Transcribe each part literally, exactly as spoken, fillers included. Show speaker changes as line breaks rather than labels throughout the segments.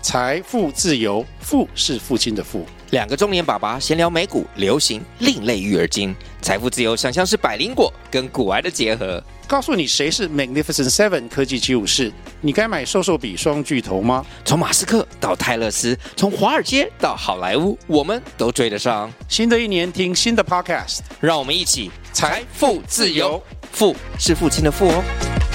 财富自由，富是父亲的富。
两个中年爸爸闲聊美股、流行、另类育儿经，财富自由想象是百灵果跟股癌的结合。
告诉你谁是 Magnificent Seven 科技七武士，你该买瘦瘦比双巨头吗？
从马斯克到泰勒斯，从华尔街到好莱坞，我们都追得上。
新的一年听新的 Podcast，
让我们一起
财富自由，
富是父亲的富哦。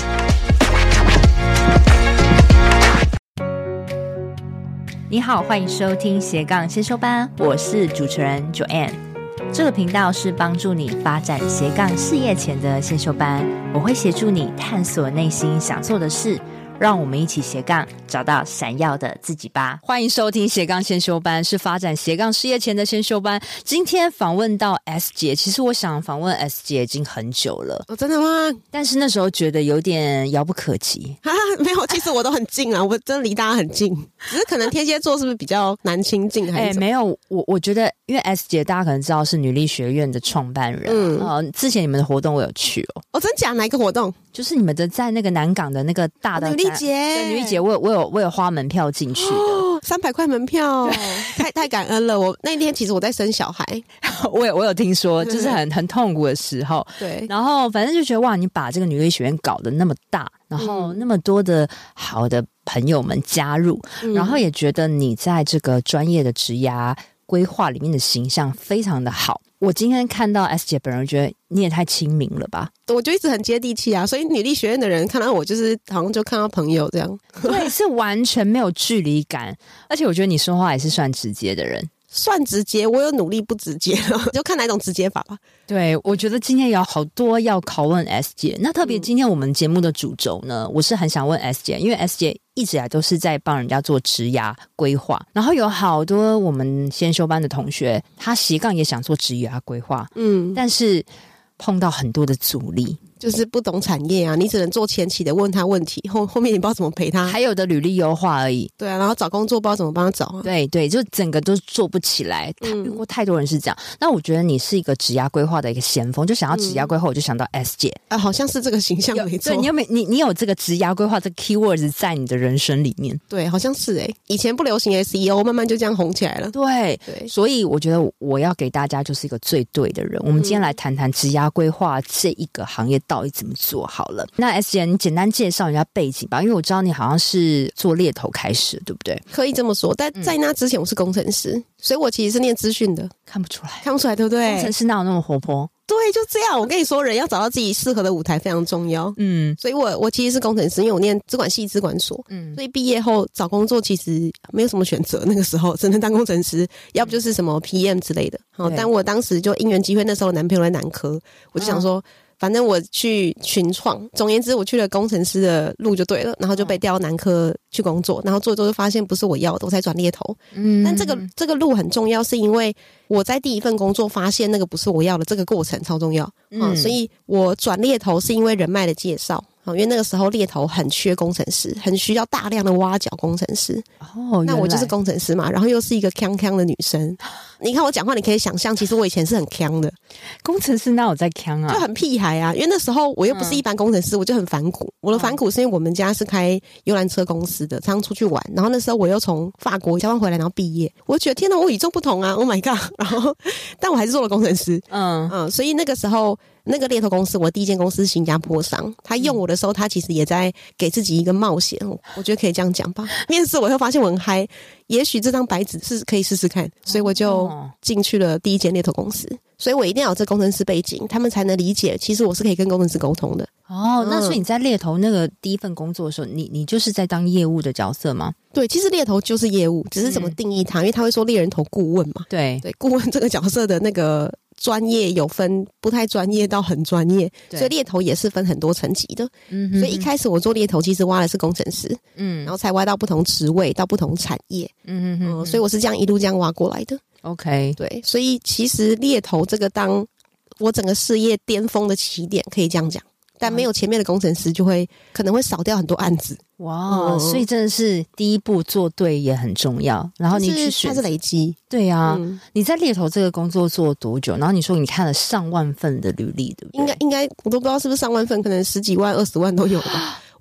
你好，欢迎收听斜杠先修班，我是主持人 Joanne。这个频道是帮助你发展斜杠事业前的先修班，我会协助你探索内心想做的事，让我们一起斜杠找到闪耀的自己吧。欢迎收听斜杠先修班，是发展斜杠事业前的先修班。今天访问到 S 姐，其实我想访问 S 姐已经很久了。
哦，真的吗？
但是那时候觉得有点遥不可及。
啊，没有，其实我都很近啊，我真的离大家很近，只是可能天蝎座是不是比较难亲近？还是
哎、欸，没有，我我觉得，因为 S 姐大家可能知道是女力学院的创办人，嗯，呃，之前你们的活动我有去哦。
哦，真假？哪一个活动？
就是你们的在那个南港的那个大的、
哦、女力节，
对，女力节，我有我有我有花门票进去的，
哦，三百块门票，太太感恩了。我那天其实我在生小孩，
我有我有听说，就是很很痛苦的时候，
对，
然后反正就觉得哇，你把这个女力学院搞得那么大，然后那么多的好的朋友们加入，嗯、然后也觉得你在这个专业的职涯规划里面的形象非常的好。我今天看到 S 姐本人，觉得你也太亲民了吧？
我就一直很接地气啊，所以女力学院的人看到我，就是好像就看到朋友这样。
对，是完全没有距离感，而且我觉得你说话也是算直接的人。
算直接，我有努力不直接了，就看哪种直接法吧。
对，我觉得今天有好多要拷问 S 姐，那特别今天我们节目的主轴呢，我是很想问 S 姐，因为 S 姐一直以来都是在帮人家做职涯规划，然后有好多我们先修班的同学，他斜杠也想做职涯规划，嗯，但是碰到很多的阻力。
就是不懂产业啊，你只能做前期的问他问题，后后面你不知道怎么陪他，
还有的履历优化而已。
对啊，然后找工作不知道怎么帮他找啊。
对对，就整个都做不起来。他遇过太多人是这样。嗯、那我觉得你是一个职涯规划的一个先锋，就想要职涯规划，我就想到 S 姐
啊、呃，好像是这个形象没错。
对，你有没你你有这个职涯规划这个 keywords 在你的人生里面？
对，好像是哎、欸，以前不流行 S E O， 慢慢就这样红起来了。
对对，所以我觉得我要给大家就是一个最对的人。我们今天来谈谈职涯规划这一个行业到底怎么做。好了，那 S 姐，你简单介绍一下背景吧，因为我知道你好像是做猎头开始，对不对？
可以这么说，但在那之前我是工程师，嗯、所以我其实是念资讯的。
看不出来，
看不出来，对不对？
工程师哪有那么活泼？
对，就这样。我跟你说，人要找到自己适合的舞台非常重要。嗯，所以我我其实是工程师，因为我念资管系、资管所，嗯，所以毕业后找工作其实没有什么选择，那个时候只能当工程师，要不就是什么 P M 之类的。好、哦，但我当时就因缘机会，那时候男朋友在南科，我就想说。哦，反正我去群创，总而言之我去了工程师的路就对了，然后就被调到南科去工作，然后做一做就发现不是我要的，我才转猎头。嗯，但这个这个路很重要，是因为我在第一份工作发现那个不是我要的，这个过程超重要。嗯，嗯所以我转猎头是因为人脉的介绍。因为那个时候猎头很缺工程师，很需要大量的挖角工程师。哦，那我就是工程师嘛，然后又是一个鏘鏘的女生。你看我讲话，你可以想象，其实我以前是很鏘的。
工程师哪有在鏘啊？
就很屁孩啊！因为那时候我又不是一般工程师，嗯、我就很反骨。我的反骨是因为我们家是开游览车公司的，常常出去玩。然后那时候我又从法国交换回来，然后毕业，我就觉得天哪，我与众不同啊 ！Oh my god！ 然后，但我还是做了工程师。嗯嗯，所以那个时候。那个猎头公司，我第一间公司是新加坡商，他用我的时候，他其实也在给自己一个冒险，我觉得可以这样讲吧。面试我会发现我很嗨，也许这张白纸是可以试试看，所以我就进去了第一间猎头公司。所以我一定要有这工程师背景，他们才能理解，其实我是可以跟工程师沟通的。
哦，那所以你在猎头那个第一份工作的时候，你你就是在当业务的角色吗？
对，其实猎头就是业务，只是怎么定义它，嗯、因为他会说猎人头顾问嘛。
对
对，顾问这个角色的那个专业有分不太专业到很专业，所以猎头也是分很多层级的。嗯哼哼，所以一开始我做猎头，其实挖的是工程师，嗯，然后才挖到不同职位，到不同产业。嗯哼哼哼，嗯，所以我是这样一路这样挖过来的。
OK，
对，所以其实猎头这个当我整个事业巅峰的起点，可以这样讲。但没有前面的工程师，就会可能会少掉很多案子。
哇、嗯，所以真的是第一步做对也很重要。然后你去选，
它是累积。
对啊、嗯，你在猎头这个工作做了多久？然后你说你看了上万份的履历，对不对？
应该应该我都不知道是不是上万份，可能十几万、二十万都有吧。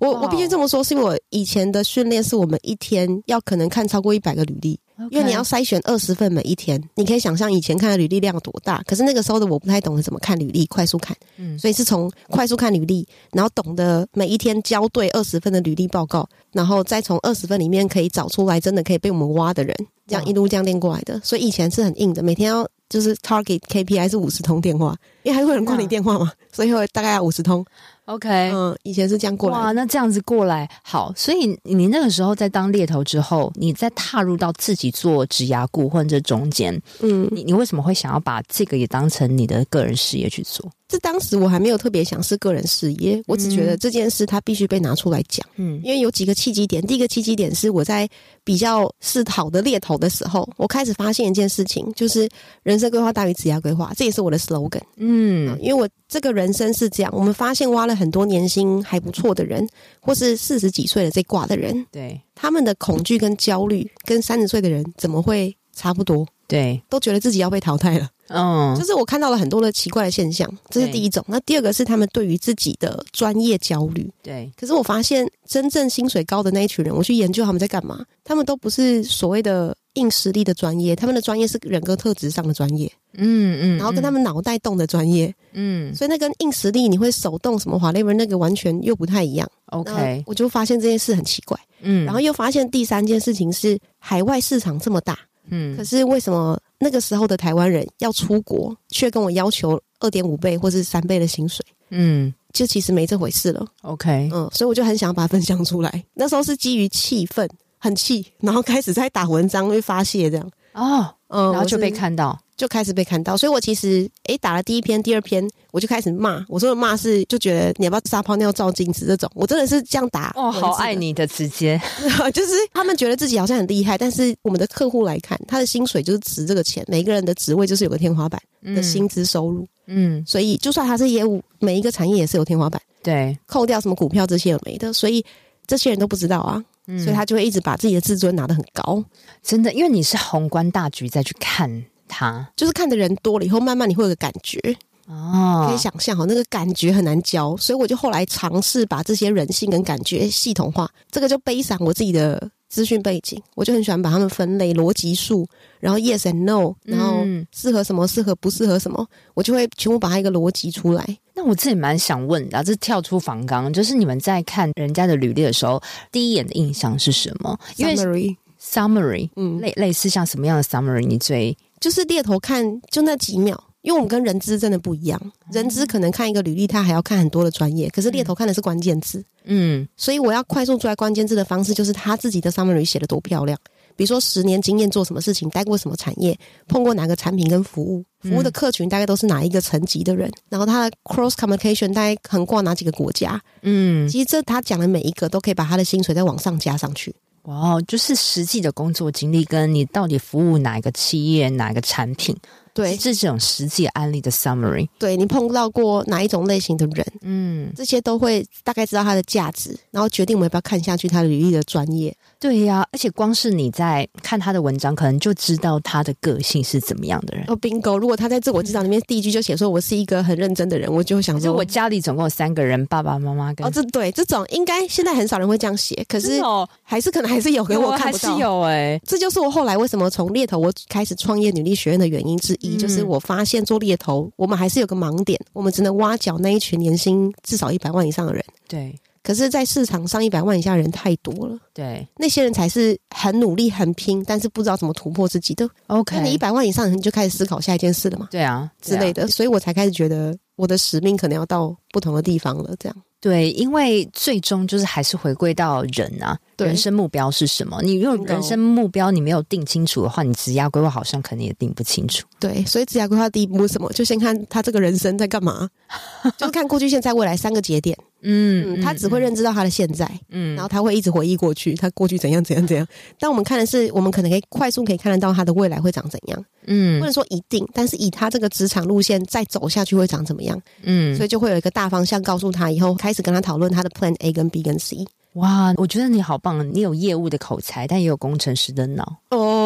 我我必须这么说，是因为我以前的训练是我们一天要可能看超过一百个履历。Okay. 因为你要筛选二十份每一天，你可以想象以前看的履历量多大。可是那个时候的我不太懂得怎么看履历，快速看，嗯，所以是从快速看履历，然后懂得每一天交对二十份的履历报告，然后再从二十份里面可以找出来真的可以被我们挖的人，这样一路这样练过来的。所以以前是很硬的，每天要就是 target K P I 是五十通电话，因为还会有人挂你电话嘛，所以会大概要五十通。
OK，
嗯，以前是这样过来的。
哇，那这样子过来好，所以你那个时候在当猎头之后，你在踏入到自己做职涯顾问这中间，嗯，你你为什么会想要把这个也当成你的个人事业去做？
这当时我还没有特别想是个人事业，我只觉得这件事它必须被拿出来讲。嗯，因为有几个契机点。第一个契机点是我在比较是好的猎头的时候，我开始发现一件事情，就是人生规划大于职业规划，这也是我的 slogan。嗯，因为我这个人生是这样，我们发现挖了很多年薪还不错的人，或是四十几岁的这挂的人，
对，
他们的恐惧跟焦虑跟三十岁的人怎么会差不多？
对，
都觉得自己要被淘汰了。
嗯，
就是我看到了很多的奇怪的现象，这是第一种。那第二个是他们对于自己的专业焦虑。
对，
可是我发现真正薪水高的那一群人，我去研究他们在干嘛，他们都不是所谓的硬实力的专业，他们的专业是人格特质上的专业。嗯嗯，然后跟他们脑袋动的专业。嗯，所以那跟硬实力你会手动什么whatever那个完全又不太一样。
OK，
我就发现这件事很奇怪。嗯，然后又发现第三件事情是海外市场这么大。嗯，可是为什么那个时候的台湾人要出国，却跟我要求 二点五 倍或是三倍的薪水？嗯，就其实没这回事了。
OK，
嗯，所以我就很想把它分享出来。那时候是基于气愤，很气，然后开始在打文章，会发泄这样。
哦，嗯，然后就被看到。
就开始被看到，所以我其实诶打了第一篇第二篇我就开始骂，我说的骂是就觉得你要不要撒泡尿照镜子这种，我真的是这样打。
哦，好爱你的直接
就是他们觉得自己好像很厉害，但是我们的客户来看他的薪水就是值这个钱，每一个人的职位就是有个天花板的薪资收入。嗯，所以就算他是业务，每一个产业也是有天花板，
对，
扣掉什么股票这些有没的，所以这些人都不知道啊。嗯，所以他就会一直把自己的自尊拿得很高。
真的，因为你是宏观大局再去看他，
就是看的人多了以后，慢慢你会有个感觉哦，可以想象那个感觉很难教，所以我就后来尝试把这些人性跟感觉系统化，这个就背上我自己的资讯背景，我就很喜欢把他们分类逻辑数，然后 yes and no， 然后适合什么适合不适合什么，我就会全部把它一个逻辑出来。
那我自己蛮想问的、啊、这跳出访纲，就是你们在看人家的履历的时候，第一眼的印象是什么？因为
summary
summary 嗯，类类似像什么样的 summary 你最
就是猎头看就那几秒，因为我们跟人资真的不一样，人资可能看一个履历他还要看很多的专业，可是猎头看的是关键字。嗯，所以我要快速出来关键字的方式就是他自己的 summary 写得多漂亮，比如说十年经验做什么事情，待过什么产业，碰过哪个产品跟服务，服务的客群大概都是哪一个层级的人，然后他的 cross communication 大概横跨哪几个国家。嗯，其实这他讲的每一个都可以把他的薪水再往上加上去。
哇，就是实际的工作经历跟你到底服务哪一个企业哪一个产品，
对，
是这种实际案例的 summary。
对，你碰到过哪一种类型的人，嗯，这些都会大概知道他的价值，然后决定我们要不要看下去他的履历的专业。
对呀、啊，而且光是你在看他的文章可能就知道他的个性是怎么样的人。
哦 bingo， 如果他在自我介绍里面第一句就写说我是一个很认真的人，我就会想说
我家里总共有三个人，爸爸妈妈跟
哦，这对这种应该现在很少人会这样写，可是还是可能还是有，给我看不到，
还是有哎、欸。
这就是我后来为什么从猎头我开始创业女力学院的原因之一、嗯、就是我发现做猎头我们还是有个盲点，我们只能挖角那一群年薪至少一百万以上的人。
对，
可是在市场上一百万以下的人太多了，
对，
那些人才是很努力很拼但是不知道怎么突破自己的。
OK，
那你一百万以上你就开始思考下一件事了嘛？
对啊，
之类的、啊、所以我才开始觉得我的使命可能要到不同的地方了。这样
对，因为最终就是还是回归到人啊，人生目标是什么？你如果人生目标你没有定清楚的话，你职业规划好像可能也定不清楚。
对，所以职业规划第一步是什么？就先看他这个人生在干嘛就是看过去现在未来三个节点。嗯, 嗯他只会认知到他的现在，嗯，然后他会一直回忆过去，他过去怎样怎样怎样。但我们看的是，我们可能可以快速可以看得到他的未来会长怎样，嗯，不能说一定，但是以他这个职场路线再走下去会长怎么样，嗯，所以就会有一个大方向告诉他，以后开始跟他讨论他的 plan A 跟 B 跟 C。
哇，我觉得你好棒，你有业务的口才，但也有工程师的脑。
哦，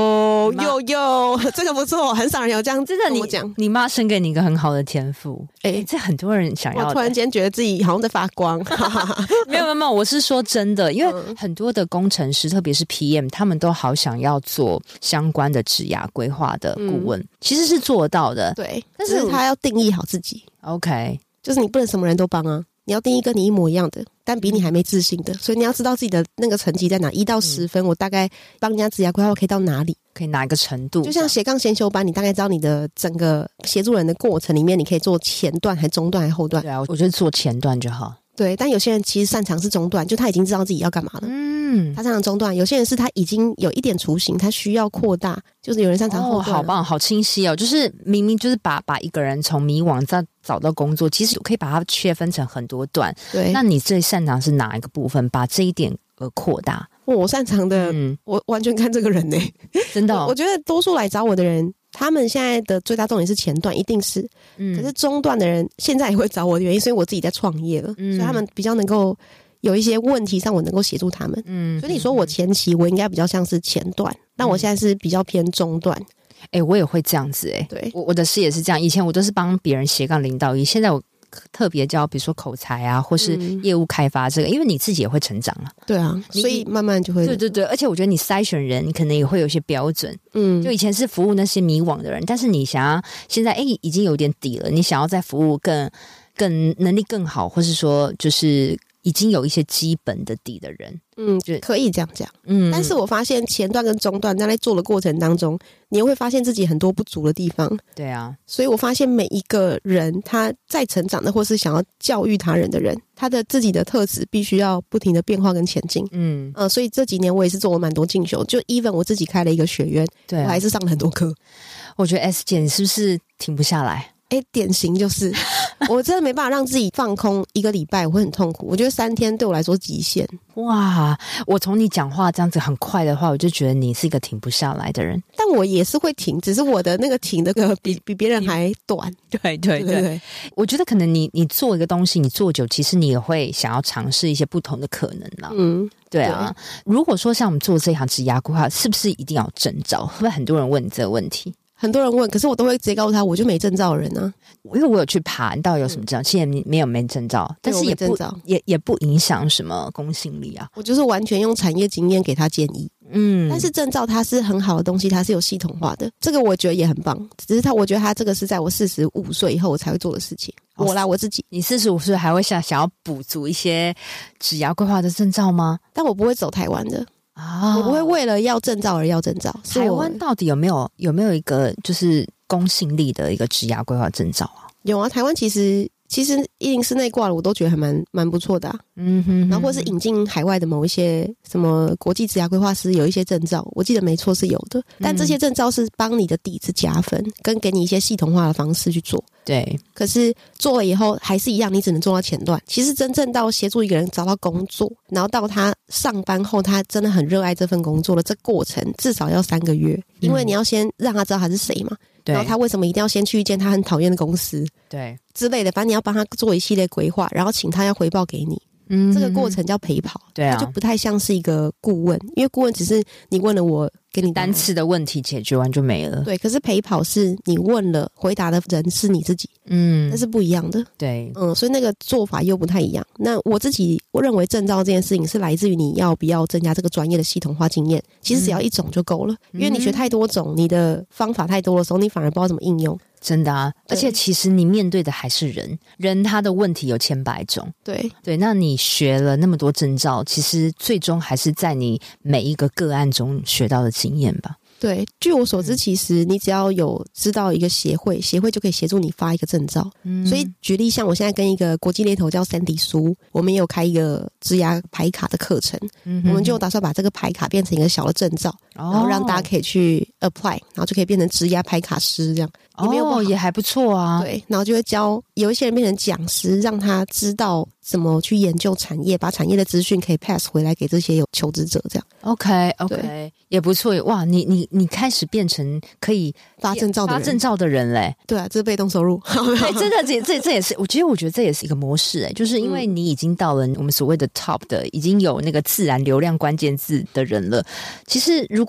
有有有，这个不错，很少人有这样
真的
跟我讲。
你妈生给你一个很好的天赋，哎、欸，这很多人想要的。
我突然间觉得自己好像在发光。
没有没有没有，我是说真的，因为很多的工程师，特别是 P M， 他们都好想要做相关的职涯规划的顾问、嗯，其实是做得到的。
对，但是他要定义好自己。
OK，
就是你不能什么人都帮啊。你要定义跟你一模一样的，但比你还没自信的，所以你要知道自己的那个成绩在哪，一到十分，我大概帮人家职涯规划可以到哪里，
可以哪一个程度？
就像斜杠先修班，你大概知道你的整个协助人的过程里面，你可以做前段、还中段、还后段。
对啊，我觉得做前段就好。
对，但有些人其实擅长是中段，就他已经知道自己要干嘛了。嗯，他擅长中段，有些人是他已经有一点雏形，他需要扩大，就是有人擅长后段。
哦，好棒，好清晰哦！就是明明就是把把一个人从迷惘再找到工作，其实可以把它切分成很多段。
对，
那你最擅长是哪一个部分？把这一点呃扩大。
我擅长的，嗯，我完全看这个人呢、欸，
真的、哦
我。我觉得多数来找我的人。他们现在的最大重点是前段，一定是，嗯，可是中段的人现在也会找我的原因，所以我自己在创业了、嗯，所以他们比较能够有一些问题上，我能够协助他们，嗯，所以你说我前期我应该比较像是前段，嗯、但我现在是比较偏中段。
哎、欸，我也会这样子、欸，哎，对，我我的事也是这样，以前我都是帮别人斜杠零到一，现在我特别教，比如说口才啊，或是业务开发这个，嗯、因为你自己也会成长啊。
对啊，所以慢慢就会。
对对对，而且我觉得你筛选人，你可能也会有一些标准。嗯，就以前是服务那些迷惘的人，但是你想要现在哎已经有点底了，你想要再服务更更能力更好，或是说就是已经有一些基本的底的人。
嗯，就可以这样讲。嗯，但是我发现前段跟中段在做的过程当中，你又会发现自己很多不足的地方。
对啊，
所以我发现每一个人他在成长的，或是想要教育他人的人，他的自己的特质必须要不停的变化跟前进。嗯，呃，所以这几年我也是做了蛮多进修，就 even 我自己开了一个学院，对、啊，我还是上了很多课。
我觉得 S 姐你是不是停不下来？
哎，典型就是我真的没办法让自己放空一个礼拜，我会很痛苦。我觉得三天对我来说极限。
哇，我从你讲话这样子很快的话，我就觉得你是一个停不下来的人。
但我也是会停，只是我的那个停那个比比别人还短。
对对 对, 对, 对，我觉得可能你你做一个东西，你做久，其实你也会想要尝试一些不同的可能啦。嗯，对啊。对，如果说像我们做这一行职涯规划，是不是一定要有证照？会不会很多人问你这个问题？
很多人问，可是我都会直接告诉他，我就没证照的人啊。
因为我有去爬，你到底有什么证照？其实你没有没证照，但是也不也也不影响什么公信力啊。
我就是完全用产业经验给他建议。嗯，但是证照它是很好的东西，它是有系统化的，这个我觉得也很棒。只是他，我觉得他这个是在我四十五岁以后我才会做的事情。哦、我啦，我自己。
你四十五岁还会想想要补足一些职涯规划的证照吗？
但我不会走台湾的。啊、我不会为了要证照而要证照。
台湾到底有没有有没有一个就是公信力的一个职涯规划证照啊？
有啊，台湾其实其实一零四内挂了，我都觉得还蛮蛮不错的啊。嗯哼, 哼，然后或是引进海外的某一些什么国际职涯规划师有一些证照，我记得没错是有的。但这些证照是帮你的底子加分，跟给你一些系统化的方式去做。
对，
可是做了以后还是一样，你只能做到前段。其实真正到协助一个人找到工作，然后到他上班后，他真的很热爱这份工作的这过程，至少要三个月，因为你要先让他知道他是谁嘛。对，然后他为什么一定要先去一间他很讨厌的公司，对之类的，反正你要帮他做一系列规划，然后请他要回报给你。嗯，这个过程叫陪跑，对啊，它就不太像是一个顾问，因为顾问只是你问了我给你
单次的问题解决完就没了。
对，可是陪跑是你问了，回答的人是你自己，嗯，那是不一样的。对，嗯，所以那个做法又不太一样。那我自己我认为证照这件事情是来自于你要不要增加这个专业的系统化经验，其实只要一种就够了，嗯，因为你学太多种，你的方法太多的时候，你反而不知道怎么应用。
真的啊，而且其实你面对的还是人，人他的问题有千百种。
对
对，那你学了那么多证照，其实最终还是在你每一个个案中学到的经验吧。
对，据我所知，其实你只要有知道一个协会，协会就可以协助你发一个证照。嗯，所以举例，像我现在跟一个国际猎头叫 Sandy 苏，我们也有开一个职涯牌卡的课程，嗯，我们就打算把这个牌卡变成一个小的证照，哦，然后让大家可以去 apply， 然后就可以变成职涯牌卡师这样。也没有
哦，也还不错啊。
对，然后就会教有一些人变成讲师，让他知道怎么去研究产业，把产业的资讯可以 pass 回来给这些有求职者，这样。
OK OK， 也不错。哇，你你你开始变成可以
发证照的人，
发证照的人嘞。
对啊，这是被动收入。
对，真的，这这这也是，我觉得我觉得这也是一个模式哎，就是因为你已经到了我们所谓的 top 的，已经有那个自然流量关键字的人了。其实如果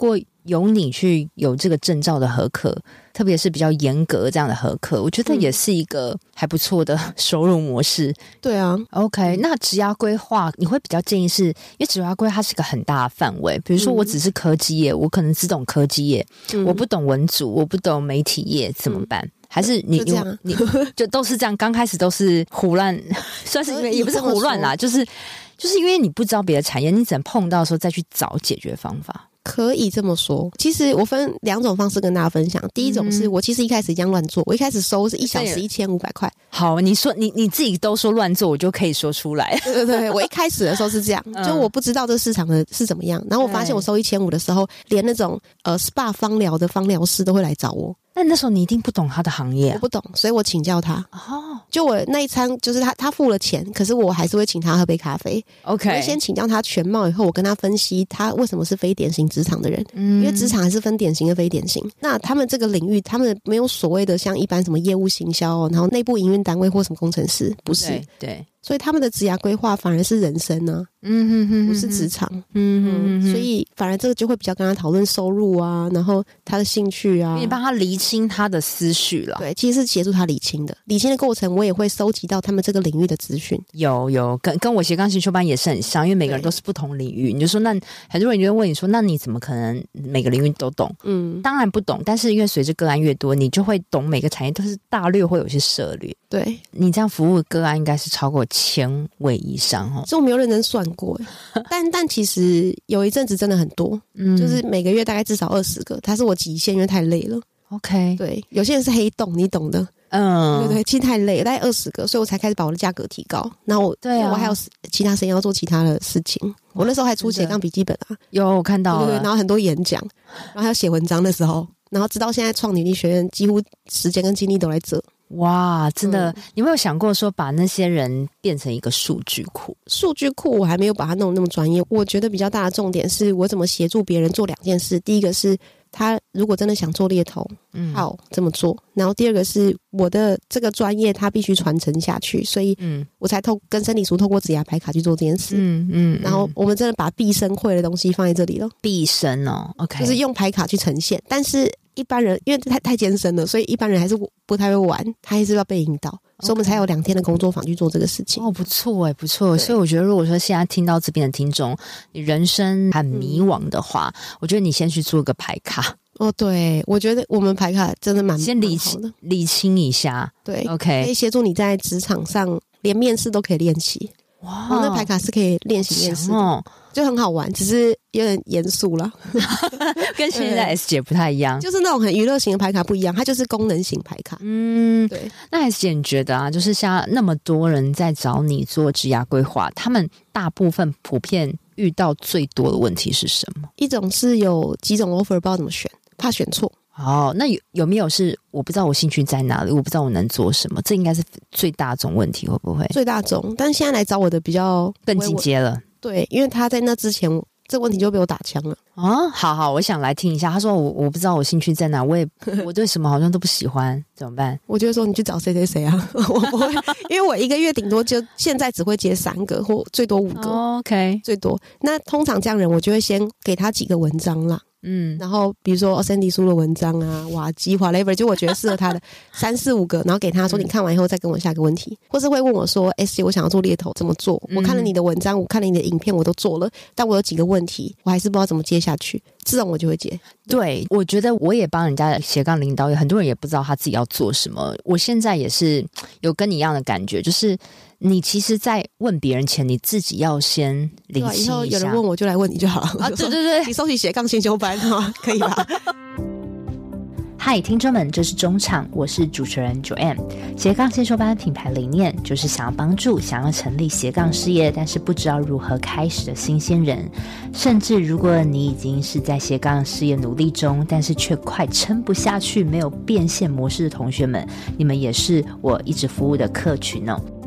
由你去有这个证照的核课，特别是比较严格这样的核课，我觉得也是一个还不错的收入模式。
对啊
OK， 那职涯规划你会比较建议是，因为职涯规划它是一个很大的范围，比如说我只是科技业、嗯、我可能只懂科技业、嗯、我不懂文组，我不懂媒体业怎么办、嗯，还是你
就这样
你就都是这样，刚开始都是胡乱，算是因为也不是胡乱啦，就是就是因为你不知道别的产业，你只能碰到的时候再去找解决方法。
可以这么说，其实我分两种方式跟大家分享。第一种是我其实一开始这样乱做，我一开始收是一小时一千五百块。
好，你说你你自己都说乱做，我就可以说出来。
对对对，我一开始的时候是这样，就我不知道这市场的是怎么样，然后我发现我收一千五的时候，连那种呃 S P A 芳疗的芳疗师都会来找我。
那那时候你一定不懂他的行业、啊、
我不懂，所以我请教他。
哦，
就我那一餐就是他他付了钱，可是我还是会请他喝杯咖啡。
OK，
我会先请教他全貌以后，我跟他分析他为什么是非典型职场的人。嗯，因为职场还是分典型的非典型。那他们这个领域，他们没有所谓的像一般什么业务行销，然后内部营运单位或什么工程师，不是。
对。对，
所以他们的职涯规划反而是人生呢、啊，嗯哼哼，不是职场，嗯哼哼，所以反而这个就会比较跟他讨论收入啊，然后他的兴趣啊，
你帮他厘清他的思绪了。
对，其实是协助他厘清的，厘清的过程我也会收集到他们这个领域的资讯。
有有，跟跟我斜杠先修班也是很像，因为每个人都是不同领域。你就说那很多人就会问你说，那你怎么可能每个领域都懂？嗯，当然不懂，但是因为随着个案越多，你就会懂每个产业都是大略会有些涉略。
对，
你这样服务的个案应该是超过千位以上哦，
这我没有认真算过，但但其实有一阵子真的很多，嗯，就是每个月大概至少二十个，它是我极限，因为太累了。
OK，
对，有些人是黑洞，你懂的。嗯，对对，其实太累了，大概二十个，所以我才开始把我的价格提高。然后我对、啊、我还有其他时间要做其他的事情。我那时候还出斜杠笔记本啊，
有我看到了，
对对，然后很多演讲，然后还要写文章的时候，然后直到现在创女力学院，几乎时间跟精力都在这。
哇，真的、嗯，你有没有想过说把那些人变成一个数据库？
数据库我还没有把它弄那么专业。我觉得比较大的重点是我怎么协助别人做两件事。第一个是他如果真的想做猎头，嗯，好这么做。然后第二个是我的这个专业他必须传承下去，所以嗯，我才透跟生理书透过职涯牌卡去做这件事。嗯嗯，然后我们真的把毕生会的东西放在这里了。
毕生哦 ，OK，
就是用牌卡去呈现，但是。一般人因为太太艰深了，所以一般人还是不太会玩，他还是要被引导， okay. 所以我们才有两天的工作坊去做这个事情。
哦，不错哎，不错。所以我觉得，如果说现在听到这边的听众，你人生很迷惘的话，嗯、我觉得你先去做个牌卡。
哦，对，我觉得我们牌卡真的蛮
先理清理清一下，
对
，OK，
可以协助你在职场上连面试都可以练习。哇，我那牌卡是可以练习面试的。哦，就很好玩，只是有点严肃啦
跟现在 S 姐不太一样，
就是那种很娱乐型的牌卡不一样，它就是功能型牌卡。嗯，对。
那 S 姐你觉得啊，就是像那么多人在找你做职涯规划，他们大部分普遍遇到最多的问题是什么？
一种是有几种 offer 不知道怎么选，怕选错。
哦，那有有没有是我不知道我兴趣在哪里，我不知道我能做什么？这应该是最大众问题，会不会？
最大众，但是现在来找我的比较
更进阶了。
对，因为他在那之前，这问题就被我打枪了。
啊，好好，我想来听一下。他说我我不知道我兴趣在哪，我也我对什么好像都不喜欢，怎么办？
我就说你去找谁谁谁啊，我不会，因为我一个月顶多就现在只会接三个或最多五个、
哦、，OK，
最多。那通常这样人，我就会先给他几个文章啦。嗯，然后比如说 Sandy 书的文章啊，瓦基 whatever， 就我觉得适合他的三四五个，然后给他说你看完以后再跟我下个问题，或是会问我说 S 姐我想要做猎头怎么做、嗯、我看了你的文章，我看了你的影片，我都做了，但我有几个问题我还是不知道怎么接下去，这种我就会接。
对，我觉得我也帮人家斜杠领导，很多人也不知道他自己要做什么。我现在也是有跟你一样的感觉，就是你其实在问别人前，你自己要先理清一下。以后
有人问我就来问你就好了。
啊，对对对，
你搜起斜杠先修班哈，可以吧？
嗨，听众们，这是中场，我是主持人 Joanne。斜杠先修班品牌理念就是想要帮助想要成立斜杠事业，但是不知道如何开始的新鲜人，甚至如果你已经是在斜杠事业努力中，但是却快撑不下去，没有变现模式的同学们，你们也是我一直服务的客群哦。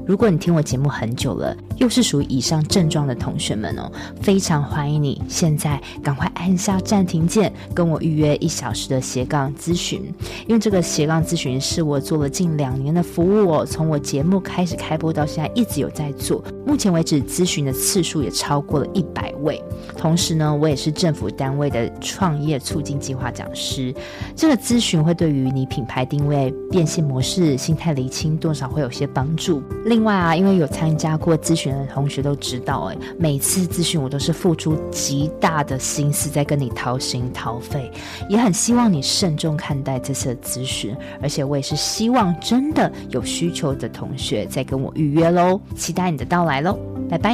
如果你听我节目很久了，又是属于以上症状的同学们哦，非常欢迎你现在赶快按下暂停键，跟我预约一小时的斜杠咨询。因为这个斜杠咨询是我做了近两年的服务哦，从我节目开始开播到现在一直有在做，目前为止咨询的次数也超过了一百位。同时呢，我也是政府单位的创业促进计划讲师。这个咨询会对于你品牌定位、变现模式、心态厘清多少会有些帮助。另外啊，因为有参加过咨询的同学都知道，哎，每次咨询我都是付出极大的心思在跟你掏心掏肺，也很希望你慎重看待这次的咨询，而且我也是希望真的有需求的同学再跟我预约咯，期待你的到来咯，拜拜。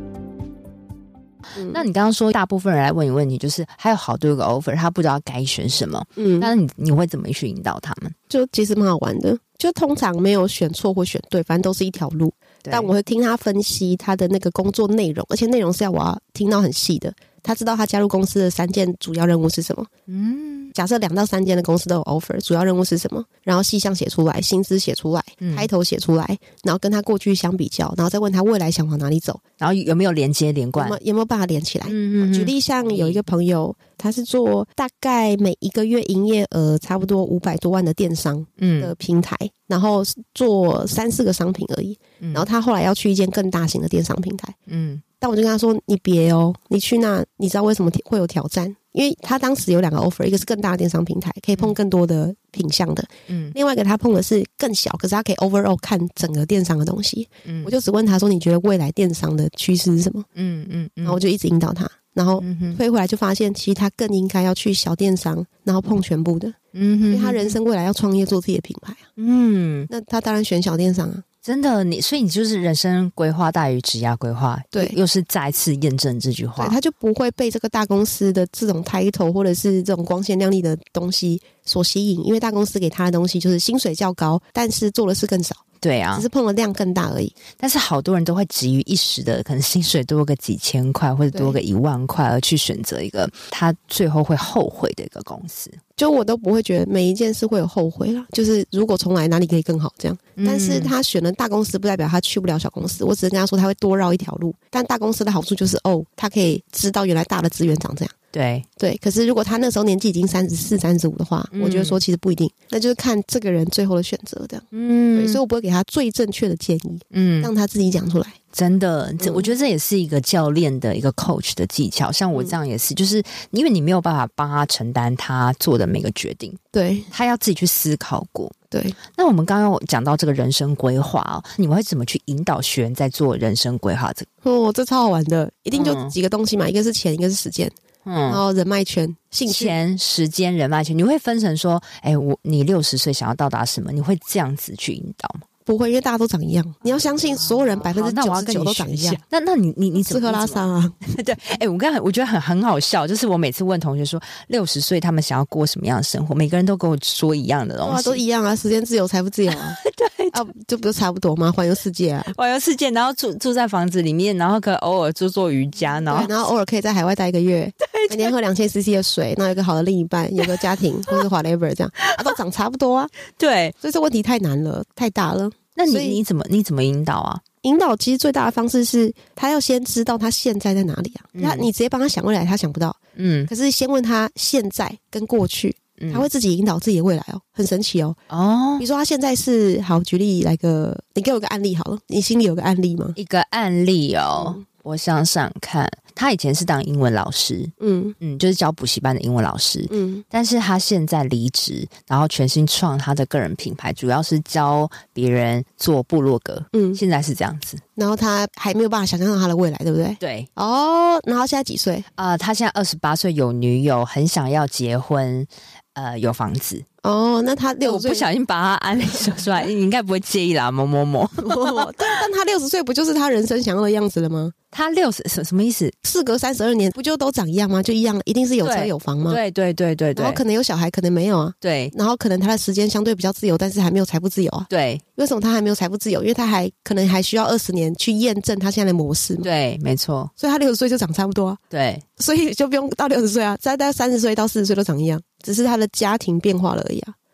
嗯、那你刚刚说大部分人来问你问题，就是还有好多个 offer， 他不知道该选什么，嗯，那你你会怎么去引导他们？
就其实蛮好玩的，就通常没有选错或选对，反正都是一条路。但我会听他分析他的那个工作内容，而且内容是要我要听到很细的。他知道他加入公司的三件主要任务是什么。嗯，假设两到三间的公司都有 offer， 主要任务是什么？然后细项写出来，薪资写出来，开头写出来，然后跟他过去相比较，然后再问他未来想往哪里走，
然后有没有连接连贯，
有没有, 有没有办法连起来？嗯嗯。举例像有一个朋友，他是做大概每一个月营业额差不多五百多万的电商的平台，嗯、然后做三四个商品而已。嗯、然后他后来要去一间更大型的电商平台。嗯。但我就跟他说，你别哦，你去那，你知道为什么会有挑战？因为他当时有两个 offer， 一个是更大的电商平台，可以碰更多的品项的，嗯，另外一个他碰的是更小，可是他可以 overall 看整个电商的东西，嗯，我就只问他说，你觉得未来电商的趋势是什么？嗯嗯，然后我就一直引导他，然后退回来就发现，其实他更应该要去小电商，然后碰全部的，嗯，因为他人生未来要创业做自己的品牌啊，嗯，那他当然选小电商啊。
真的，你所以你就是人生规划大于职业规划，对，又是再次验证这句话。
对，他就不会被这个大公司的这种 title 或者是这种光鲜亮丽的东西所吸引，因为大公司给他的东西就是薪水较高，但是做的事更少。
对啊，
只是碰的量更大而已。
但是好多人都会急于一时的，可能薪水多个几千块或者多个一万块，而去选择一个他最后会后悔的一个公司。
就我都不会觉得每一件事会有后悔啦，就是如果重来哪里可以更好这样。但是他选了大公司不代表他去不了小公司，我只是跟他说他会多绕一条路，但大公司的好处就是哦，他可以知道原来大的资源长这样。
对
对，可是如果他那时候年纪已经三十四、三十五的话，嗯、我觉得说其实不一定，那就是看这个人最后的选择这样。嗯，对，所以我不会给他最正确的建议，嗯，让他自己讲出来。
真的，这我觉得这也是一个教练的一个 coach 的技巧。像我这样也是，就是因为你没有办法帮他承担他做的每个决定，
对，
他要自己去思考过。
对，
那我们刚刚有讲到这个人生规划哦，你们会怎么去引导学员在做人生规划这个？
哦，这超好玩的，一定就几个东西嘛，嗯、一个是钱，一个是时间。嗯，然后人脉圈、兴趣、
钱、时间、人脉圈，你会分成说，哎，我你六十岁想要到达什么？你会这样子去引导吗？
不会，因为大家都长一样。你要相信所有人百分之九十九都长一样。
那那你你你怎么
吃喝拉撒啊？
对，哎，我刚才我觉得很很好笑，就是我每次问同学说六十岁他们想要过什么样的生活，每个人都跟我说一样的东西，
哇，都一样啊，时间自由、财富自由啊。
对
啊，这不就差不多吗？环游世界啊，
环游世界，然后住住在房子里面，然后可偶尔做做瑜伽，然后
然后偶尔可以在海外待一个月，对，每天喝两千 C C 的水，然后有个好的另一半，有个家庭或者 whatever 这样，啊，都长差不多啊。
对，
所以这问题太难了，太大了。
那你你怎么你怎么引导啊？
引导其实最大的方式是他要先知道他现在在哪里啊。那、嗯、你直接帮他想未来，他想不到。嗯，可是先问他现在跟过去，嗯、他会自己引导自己的未来哦，很神奇哦。哦，比如说他现在是好，举例来个，你给我一个案例好了，你心里有个案例吗？
一个案例哦。嗯，我想想看，他以前是当英文老师，嗯嗯，就是教补习班的英文老师，嗯，但是他现在离职，然后全新创他的个人品牌，主要是教别人做部落格，嗯，现在是这样子。
然后他还没有办法想象到他的未来，对不对？
对。
哦，然后现在几岁？
啊、呃，他现在二十八岁，有女友，很想要结婚，呃，有房子。
哦，那他六十岁，
我不小心把他案例说出来，你应该不会介意啦，某某某。
但但他六十岁不就是他人生想要的样子了吗？
他六十什什么意思？
事隔三十二年，不就都长一样吗？就一样，一定是有车有房吗？
对对对对对。
然后可能有小孩，可能没有啊。
对。
然后可能他的时间相对比较自由，但是还没有财富自由啊。
对。
为什么他还没有财富自由？因为他还可能还需要二十年去验证他现在的模式嘛。
对，没错。
所以他六十岁就长差不多啊。
对。
所以就不用到六十岁啊，再到三十岁到四十岁都长一样，只是他的家庭变化了而已啊。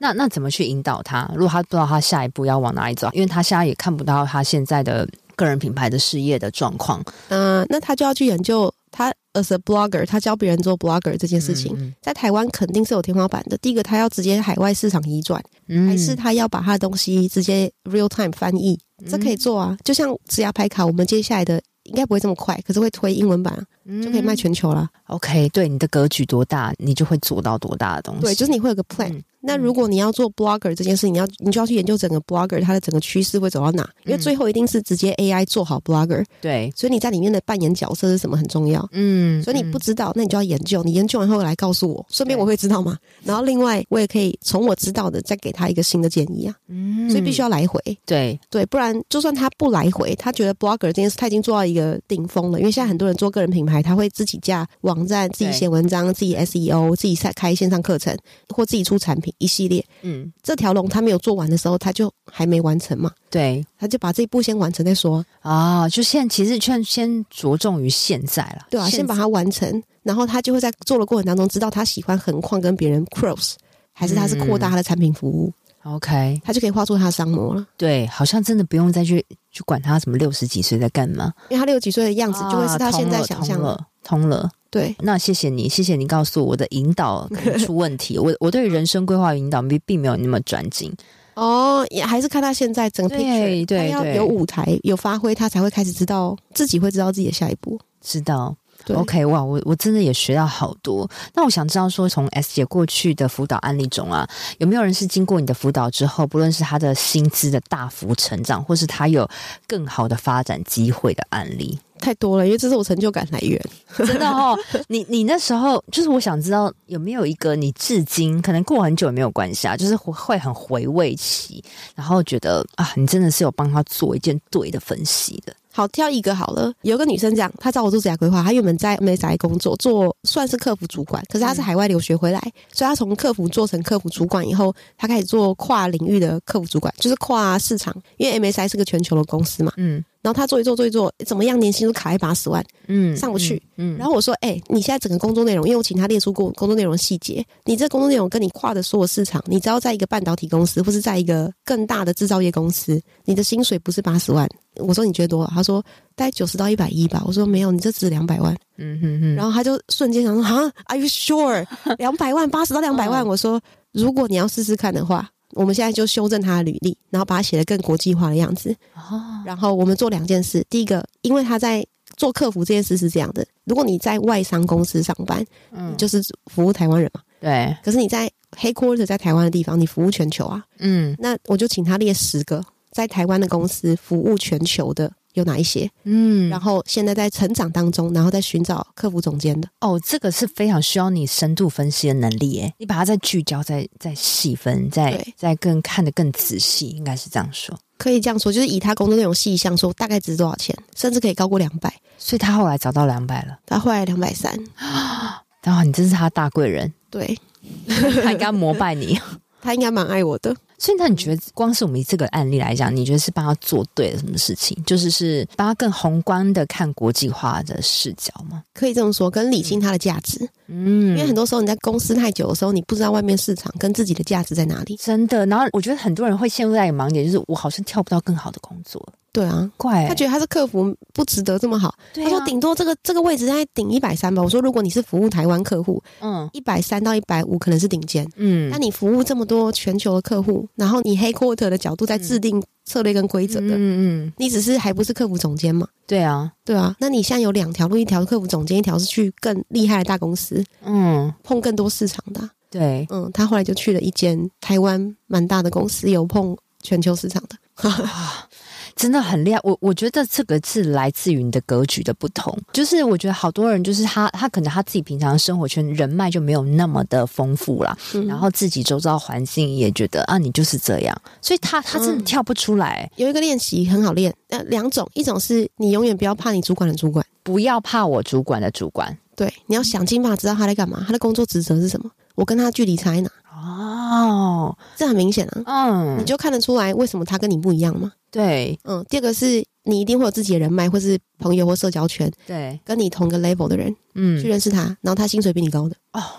那那怎么去引导他？如果他不知道他下一步要往哪里走，因为他现在也看不到他现在的个人品牌的事业的状况，
嗯、呃，那他就要去研究他 as a blogger， 他教别人做 blogger 这件事情，嗯嗯，在台湾肯定是有天花板的。第一个，他要直接海外市场移转，嗯，还是他要把他的东西直接 real time 翻译，嗯，这可以做啊。就像职涯牌卡，我们接下来的应该不会这么快，可是会推英文版，嗯，就可以卖全球了。
OK， 对，你的格局多大，你就会做到多大的东西。
对，就是你会有个 plan，嗯。那如果你要做 blogger 这件事，你要你就要去研究整个 blogger 它的整个趋势会走到哪，因为最后一定是直接 A I 做好 blogger。对，所以你在里面的扮演角色是什么很重要。嗯，所以你不知道，那你就要研究，你研究完后来告诉我，顺便我会知道吗？然后另外我也可以从我知道的再给他一个新的建议啊。嗯，所以必须要来回。对对，不然就算他不来回，他觉得 blogger 这件事他已经做到一个顶峰了，因为现在很多人做个人品牌，他会自己架网站，自己写文章，自己 S E O， 自己开线上课程，或自己出产品一系列。嗯。这条龙他没有做完的时候，他就还没完成嘛。对，他就把这一步先完成再说
啊。就现在其实先先着重于现在了，
对啊，先把它完成，然后他就会在做的过程当中知道他喜欢横跨跟别人 cross， 还是他是扩大他的产品服务。OK， 他就可以画出他的商模了。
对，好像真的不用再去去管他什么六十几岁在干嘛，
因为他六十几岁的样子就会是他现在想象的。
啊，通了，通了。对，那谢谢你，谢谢你告诉我的引导可能出问题。我我对人生规划引导并并没有那么专精。
哦，也还是看他现在整个 picture， 对对，他要有舞台有发挥，他才会开始知道自己会知道自己的下一步。
知道。OK， 哇，我我真的也学到好多。那我想知道说，从 S 姐过去的辅导案例中啊，有没有人是经过你的辅导之后，不论是他的薪资的大幅成长，或是他有更好的发展机会的案例？
太多了，因为这是我成就感来源。
真的哦，你你那时候就是我想知道有没有一个你至今可能过很久也没有关系啊，就是会很回味起，然后觉得啊，你真的是有帮他做一件对的分析的。
好，挑一个好了。有个女生这样，她找我做职业规划，她原本在 M S I 工作，做算是客服主管，可是她是海外留学回来，嗯，所以她从客服做成客服主管以后，她开始做跨领域的客服主管，就是跨市场，因为 M S I 是个全球的公司嘛，嗯。然后他做一做做一做，怎么样？年薪都卡一八十万，嗯，上不去。嗯，嗯然后我说，哎，欸，你现在整个工作内容，因为我请他列出过工作内容细节，你这工作内容跟你跨的所有市场，你只要在一个半导体公司，或是在一个更大的制造业公司，你的薪水不是八十万。我说你觉得多少？他说大概九十到一百一吧。我说没有，你这只两百万。嗯哼哼。然后他就瞬间想说，啊 ，Are you sure？ 两百万，八十到两百万。我说，如果你要试试看的话。我们现在就修正他的履历，然后把他写得更国际化的样子。哦，然后我们做两件事。第一个，因为他在做客服这件事是这样的：如果你在外商公司上班，嗯，你就是服务台湾人嘛。对。可是你在 headquarter 在台湾的地方，你服务全球啊。嗯。那我就请他列十个在台湾的公司服务全球的。有哪一些？嗯，然后现在在成长当中，然后再寻找客服总监的。
哦，这个是非常需要你深度分析的能力耶。你把它再聚焦，再再细分，再再更看得更仔细，应该是这样说。
可以这样说，就是以他工作内容细项说，大概值多少钱，甚至可以高过两百。
所以他后来找到两百了，
他后来两百三。
然后你真是他大贵人，
对，
他应该膜拜你。
他应该蛮爱我的。
所以那你觉得光是我们以这个案例来讲，你觉得是帮他做对了什么事情？就是是帮他更宏观的看国际化的视角吗？
可以这么说，跟理清他的价值。嗯，因为很多时候你在公司太久的时候，你不知道外面市场跟自己的价值在哪里。
真的。然后我觉得很多人会陷入在一个盲点，就是我好像跳不到更好的工作。
对啊，怪、欸、他觉得他是客服不值得这么好。对、啊，他说顶多这个这个位置在顶一百三吧。我说如果你是服务台湾客户，嗯，一百三到一百五可能是顶尖。嗯，那你服务这么多全球的客户，然后你 headquarter 的角度在制定策略跟规则的，嗯嗯，你只是还不是客服总监嘛？
对啊，
对啊。那你现在有两条路，一条是客服总监，一条是去更厉害的大公司，嗯，碰更多市场的、啊。对，嗯，他后来就去了一间台湾蛮大的公司，有碰全球市场的。
真的很厉害，我我觉得这个是来自于你的格局的不同。就是我觉得好多人就是他他可能他自己平常生活圈人脉就没有那么的丰富啦、嗯、然后自己周遭环境也觉得啊你就是这样，所以他他真的跳不出来、
嗯、有一个练习很好练，呃，两种，一种是你永远不要怕你主管的主管，
不要怕我主管的主管，
对，你要想尽办法知道他在干嘛，他的工作职责是什么，我跟他距离差在哪。哦，这很明显啊，嗯，你就看得出来为什么他跟你不一样嘛。对，嗯，第二个是你一定会有自己的人脉或是朋友或社交圈，对，跟你同个 level 的人，嗯，去认识他，然后他薪水比你高的，哦，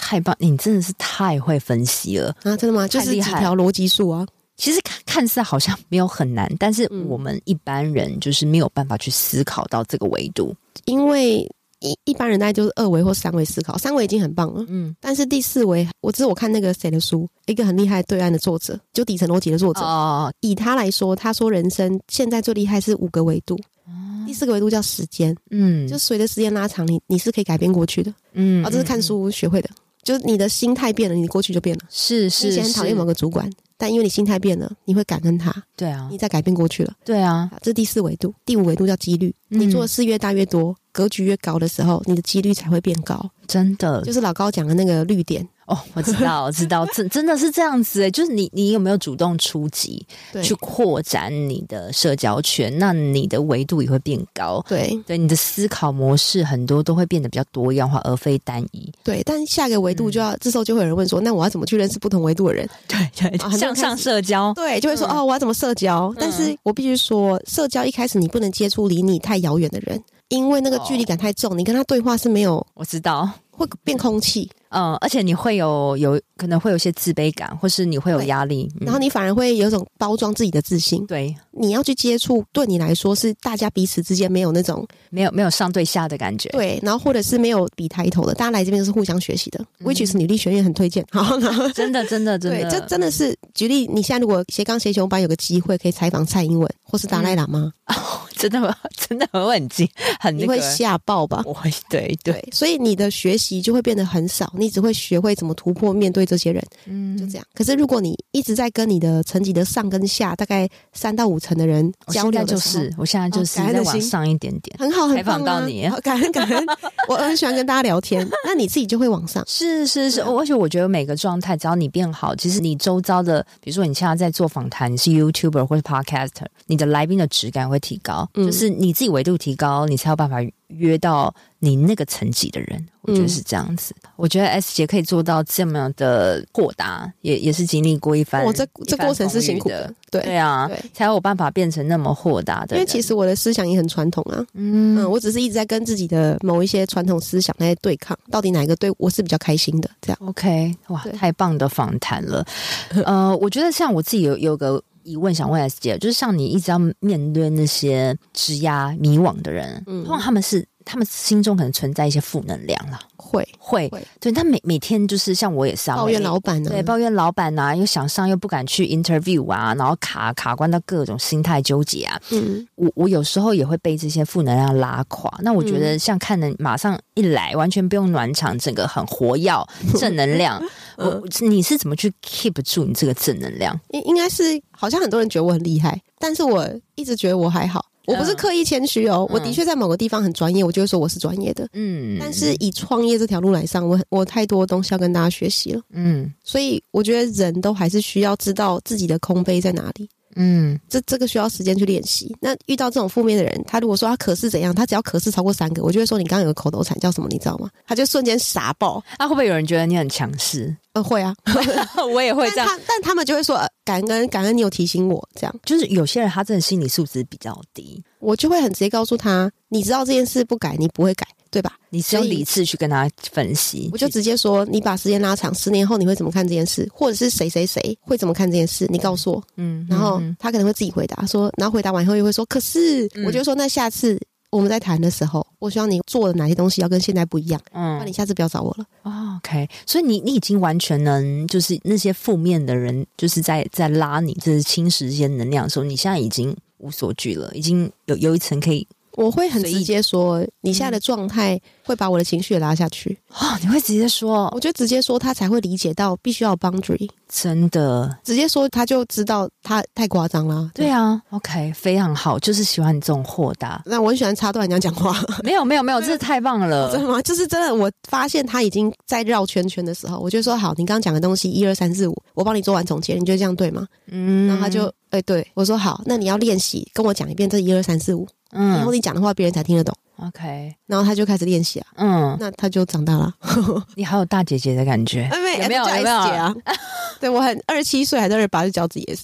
太棒，你真的是太会分析了
啊！真的吗？就是几条逻辑数啊。
其实看看似好像没有很难，但是我们一般人就是没有办法去思考到这个维度，
因为一一般人大概就是二维或三维思考，三维已经很棒了，嗯，但是第四维，我只是我看那个谁的书，一个很厉害对岸的作者，就底层逻辑的作者，哦，以他来说，他说人生现在最厉害是五个维度。第四个维度叫时间，嗯，就随着时间拉长，你你是可以改变过去的，嗯，啊，这是看书学会的，就是你的心态变了，你过去就变了。
是是是，
你以前很讨厌某个主管，但因为你心态变了，你会感恩他，
对啊，
你再改变过去了，
对啊，
这是第四维度。第五维度叫几率，嗯，你做的事越大越多，格局越高的时候，你的几率才会变高，
真的，
就是老高讲的那个绿点。
哦，我知道，我知道，真真的是这样子诶，就是你，你有没有主动出击，去扩展你的社交圈？那你的维度也会变高，
对
对，你的思考模式很多都会变得比较多样化，而非单一。
对，但下个维度就要，嗯，这时候就会有人问说，那我要怎么去认识不同维度的人？
对对，啊，向上社交，
对，就会说，嗯，哦，我要怎么社交？嗯，但是我必须说，社交一开始你不能接触离你太遥远的人，因为那个距离感太重，哦，你跟他对话是没有，
我知道。
会变空气，
嗯，而且你会有有可能会有些自卑感，或是你会有压力，
嗯，然后你反而会有一种包装自己的自信。对，你要去接触，对你来说是大家彼此之间没有那种
没有没有上对下的感觉。
对，然后或者是没有比抬头的，大家来这边都是互相学习的，嗯，which is 女力学院很推荐。好，
真的真的真的，
对，这真的是举例，你现在如果斜杠斜熊班有个机会可以采访蔡英文或是达赖喇嘛，
嗯，哦，真的真的很稳静，很，那
个，你会吓爆吧？
我会，对 对, 对，
所以你的学习就会变得很少，你只会学会怎么突破面对这些人，嗯，就这样。可是如果你一直在跟你的层级的上跟下大概三到五层的人交流的时候，
我现在就是，我现在就是再往上一点点，
很好，很
采访到你，
感恩感恩，我很喜欢跟大家聊天，那你自己就会往上。
是是是，而且我觉得每个状态，只要你变好，其实你周遭的，比如说你现在在做访谈，你是 YouTuber 或是 Podcaster， 你的来宾的质感会提高，嗯，就是你自己维度提高，你才有办法约到你那个层级的人，我觉得是这样子。嗯，我觉得 S 姐可以做到这么的豁达，也也是经历过一番，
我这这过程是辛苦的，对
对啊对，才有办法变成那么豁达的人。
因为其实我的思想也很传统啊，嗯嗯，我只是一直在跟自己的某一些传统思想在对抗，到底哪一个对我是比较开心的？这样
OK， 哇，太棒的访谈了。呃，我觉得像我自己有有个疑问想问 S 姐，就是像你一直要面对那些职涯迷惘的人，嗯，通常他们是他们心中可能存在一些负能量啦，
会
会对，他每每天就是像我也是、啊、
抱怨老板啊，
对，抱怨老板啊，又想上又不敢去 interview 啊，然后卡卡关到各种心态纠结啊，嗯，我我有时候也会被这些负能量拉垮。那我觉得像看人马上一来，完全不用暖场，整个很活跃正能量，我你是怎么去 keep 住你这个正能量？
应应该是好像很多人觉得我很厉害，但是我一直觉得我还好。我不是刻意谦虚哦、嗯，我的确在某个地方很专业，我就会说我是专业的。嗯，但是以创业这条路来上，我我太多东西要跟大家学习了。嗯，所以我觉得人都还是需要知道自己的空杯在哪里。嗯，这这个需要时间去练习。那遇到这种负面的人，他如果说他可是怎样，他只要可是超过三个，我就会说你刚刚有个口头禅叫什么，你知道吗？他就瞬间傻爆。
那、啊、会不会有人觉得你很强势？
呃，会啊，
我也会这样。
但 他, 但他们就会说、呃、感恩感恩你有提醒我，这样。
就是有些人他真的心理素质比较低，
我就会很直接告诉他，你知道这件事不改，你不会改。对吧？
你是用理智去跟他分析，
我就直接说，你把时间拉长，十年后你会怎么看这件事，或者是谁谁谁会怎么看这件事，你告诉我。嗯，然后他可能会自己回答说，然后回答完以后又会说，可是、嗯、我就说，那下次我们在谈的时候，我希望你做的哪些东西要跟现在不一样，嗯，那你下次不要找我了。
哦 OK， 所以你你已经完全能，就是那些负面的人，就是在在拉你，就是侵蚀一些能量的时候，你现在已经无所惧了，已经有有一层可以。
我会很直接说，你现在的状态会把我的情绪也拉下去。
哦，你会直接说？
我觉得直接说他才会理解到必须要有 boundary。
真的，
直接说他就知道他太夸张啦。
对啊 ，OK， 非常好，就是喜欢你这种豁达。
那我很喜欢插断人家讲话。
没有没有没有，这太棒了。
真的吗？就是真的，我发现他已经在绕圈圈的时候，我就说好，你刚刚讲的东西一二三四五，我帮你做完总结，你觉得这样对吗？嗯，然后他就哎、欸、对我说好，那你要练习跟我讲一遍这一二三四五。嗯，以后你讲的话别人才听得懂。
OK，
然后他就开始练习啊。嗯，那他就长大了。
你好有大姐姐的感觉。
有没有？有没有？有没有啊？对，我很二十七岁还是二十八就教自己 S 姐了。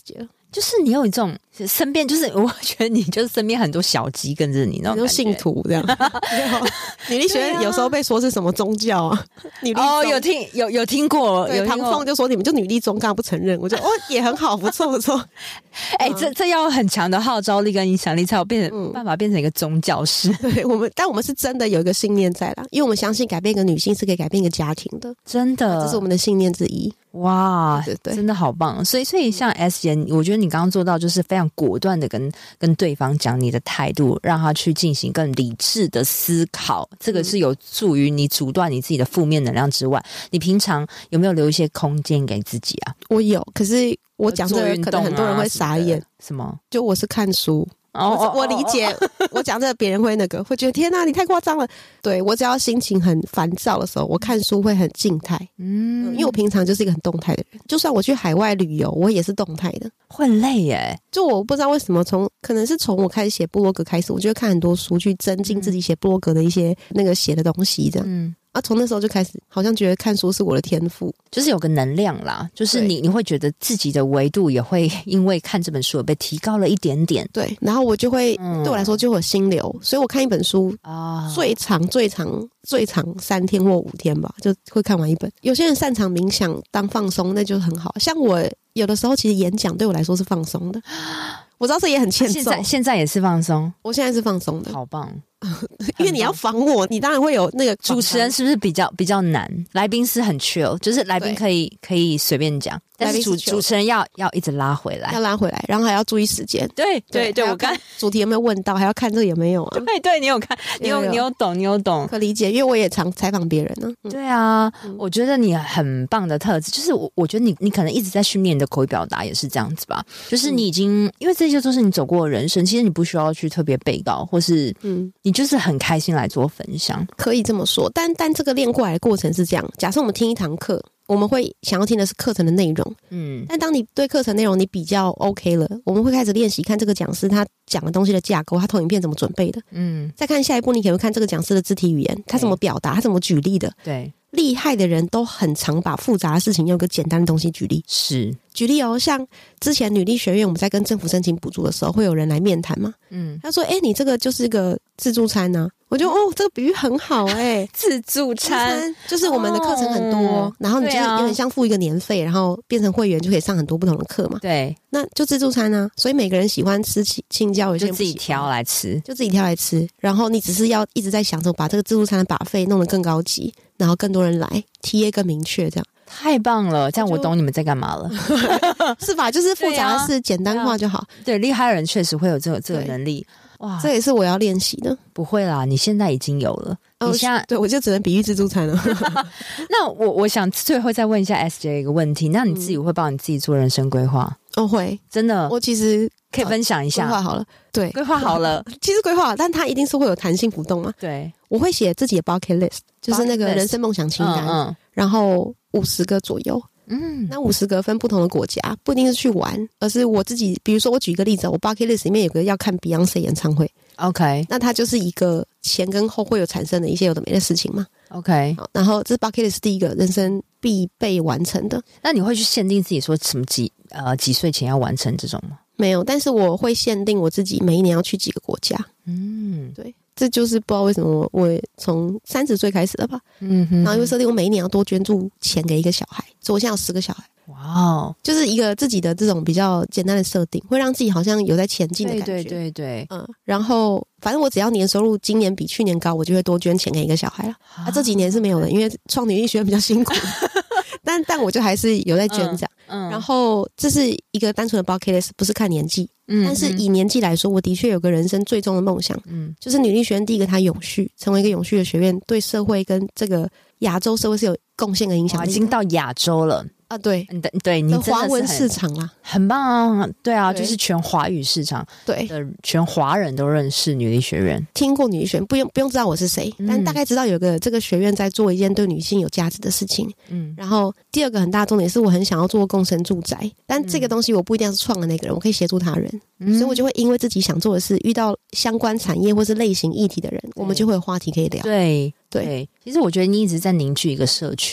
就是你有一种身边，就是我觉得你就是身边很多小鸡跟着你那种感觉，
信徒这样。女力学院有时候被说是什么宗教啊？女力
哦，有听有有听过，
对，
有
唐凤就说你们就女力宗，刚不承认，我觉得哦也很好，不错不错。
哎、欸，这这要很强的号召力跟影响力，才有变成、嗯、办法变成一个宗教式。
对我们，但我们是真的有一个信念在啦，因为我们相信改变一个女性是可以改变一个家庭的，
真的，
这是我们的信念之一。
哇，
对 对, 对，
真的好棒！所以，所以像 S 姐，我觉得你刚刚做到就是非常果断的跟跟对方讲你的态度，让他去进行更理智的思考，这个是有助于你阻断你自己的负面能量之外，你平常有没有留一些空间给自己啊？
我有，可是我讲这个可能很多人会傻眼。
什么？
就我是看书。
哦、
oh, 我, 我理解，我讲这个别人会那个会觉得天哪，你太夸张了。对，我只要心情很烦躁的时候，我看书会很静态，嗯，因为我平常就是一个很动态的人，就算我去海外旅游，我也是动态的，
会累耶。
就我不知道为什么从可能是从我开始写部落格开始，我就会看很多书去增进自己写部落格的一些那个写的东西，这样，嗯。啊，从那时候就开始，好像觉得看书是我的天赋，
就是有个能量啦，就是你你会觉得自己的维度也会因为看这本书而被提高了一点点，
对，然后我就会、嗯、对我来说就会有心流，所以我看一本书啊，最长最长最长三天或五天吧，就会看完一本。有些人擅长冥想当放松，那就很好，像我有的时候其实演讲对我来说是放松的，我知道这也很欠揍，
现在现在也是放松，
我现在是放松的，
好棒。
因为你要防我，你当然会有那个
主持人是不是比较比较难？来宾是很 chill， 就是来宾可以可以随便讲，但是主主持人要要一直拉回来，
要拉回来，然后还要注意时间。
对对 对, 对，我看
主题有没有问到，还要看这个有没有啊？
对对，你有看，你有你有懂，你有懂，
可理解，因为我也常采访别人呢、啊
嗯。对啊、嗯，我觉得你很棒的特质，就是我我觉得你你可能一直在训练你的口语表达，也是这样子吧？就是你已经、嗯、因为这些都是你走过的人生，其实你不需要去特别背稿，或是嗯，你就是很开心来做分享，
可以这么说。但但这个练过来的过程是这样：假设我们听一堂课，我们会想要听的是课程的内容，嗯，但当你对课程内容你比较 OK 了，我们会开始练习看这个讲师他讲的东西的架构，他投影片怎么准备的，嗯，再看下一步，你可能会看这个讲师的肢体语言，他怎么表达，他怎么举例的，
对。
厉害的人都很常把复杂的事情用一个简单的东西举例，
是
举例哦，像之前女力学院我们在跟政府申请补助的时候，会有人来面谈嘛，嗯，他说：“哎、欸，你这个就是个自助餐啊。”我就哦，这个比喻很好哎、欸，
自助餐
就是我们的课程很多、哦，然后你就是有点像付一个年费，然后变成会员就可以上很多不同的课嘛。
对，
那就自助餐啊，所以每个人喜欢吃青椒，有些人
就自己挑来吃，
就自己挑来吃。然后你只是要一直在想着把这个自助餐的buffet弄得更高级，然后更多人来，T A更明确，这样
太棒了。这样我懂你们在干嘛了，
是吧？就是复杂的事简单化就好。
对，厉害的人确实会有这个这个能力。
哇，这也是我要练习的。
不会啦，你现在已经有了。
哦、
你现在
对我就只能比喻自助餐了。
那我我想最后再问一下 S J 一个问题，那你自己会帮你自己做人生规划？
哦，会，
真的。
我其实
可以分享一下。
规划好了，对，
规划好了。
其实规划好，但它一定是会有弹性浮动嘛。
对，
我会写自己的 bucket list， 就是那个人生梦想清单，嗯嗯然后五十个左右。嗯，那五十个分不同的国家，不一定是去玩，而是我自己。比如说，我举一个例子，我 bucket list 里面有个要看 Beyonce 演唱会
，OK，
那它就是一个前跟后会有产生的一些有的没的事情嘛
，OK，
好，然后这是 bucket list 第一个人生必备完成的。
那你会去限定自己说什么几呃几岁前要完成这种吗？
没有，但是我会限定我自己每一年要去几个国家。嗯，对。这就是不知道为什么我从三十岁开始的吧，嗯哼，然后因为设定我每一年要多捐助钱给一个小孩，所以我现在有十个小孩。哇哦，就是一个自己的这种比较简单的设定，会让自己好像有在前进的感觉。
对对对对，
嗯，然后反正我只要年收入今年比去年高，我就会多捐钱给一个小孩了。啊，啊这几年是没有的，因为创女力学院比较辛苦，但但我就还是有在捐这样。嗯，嗯然后这是一个单纯的 bucket list， 不是看年纪。嗯，但是以年纪来说，我的确有个人生最终的梦想，嗯，就是女力学院第一个它永续，成为一个永续的学院，对社会跟这个亚洲社会是有贡献跟影响力的。
已经到亚洲了
啊，对，
对对，你真的是
华文市场啦，
很棒啊，对啊，对就是全华语市场，
对，
全华人都认识女力学院，
听过女力学院，不用不用知道我是谁，嗯，但大概知道有个这个学院在做一件对女性有价值的事情。嗯，然后第二个很大的重点是我很想要做共生住宅，但这个东西我不一定要是创的那个人，我可以协助他人，嗯，所以我就会因为自己想做的事，遇到相关产业或是类型议题的人，我们就会有话题可以聊。
对
对, 对，
其实我觉得你一直在凝聚一个社群。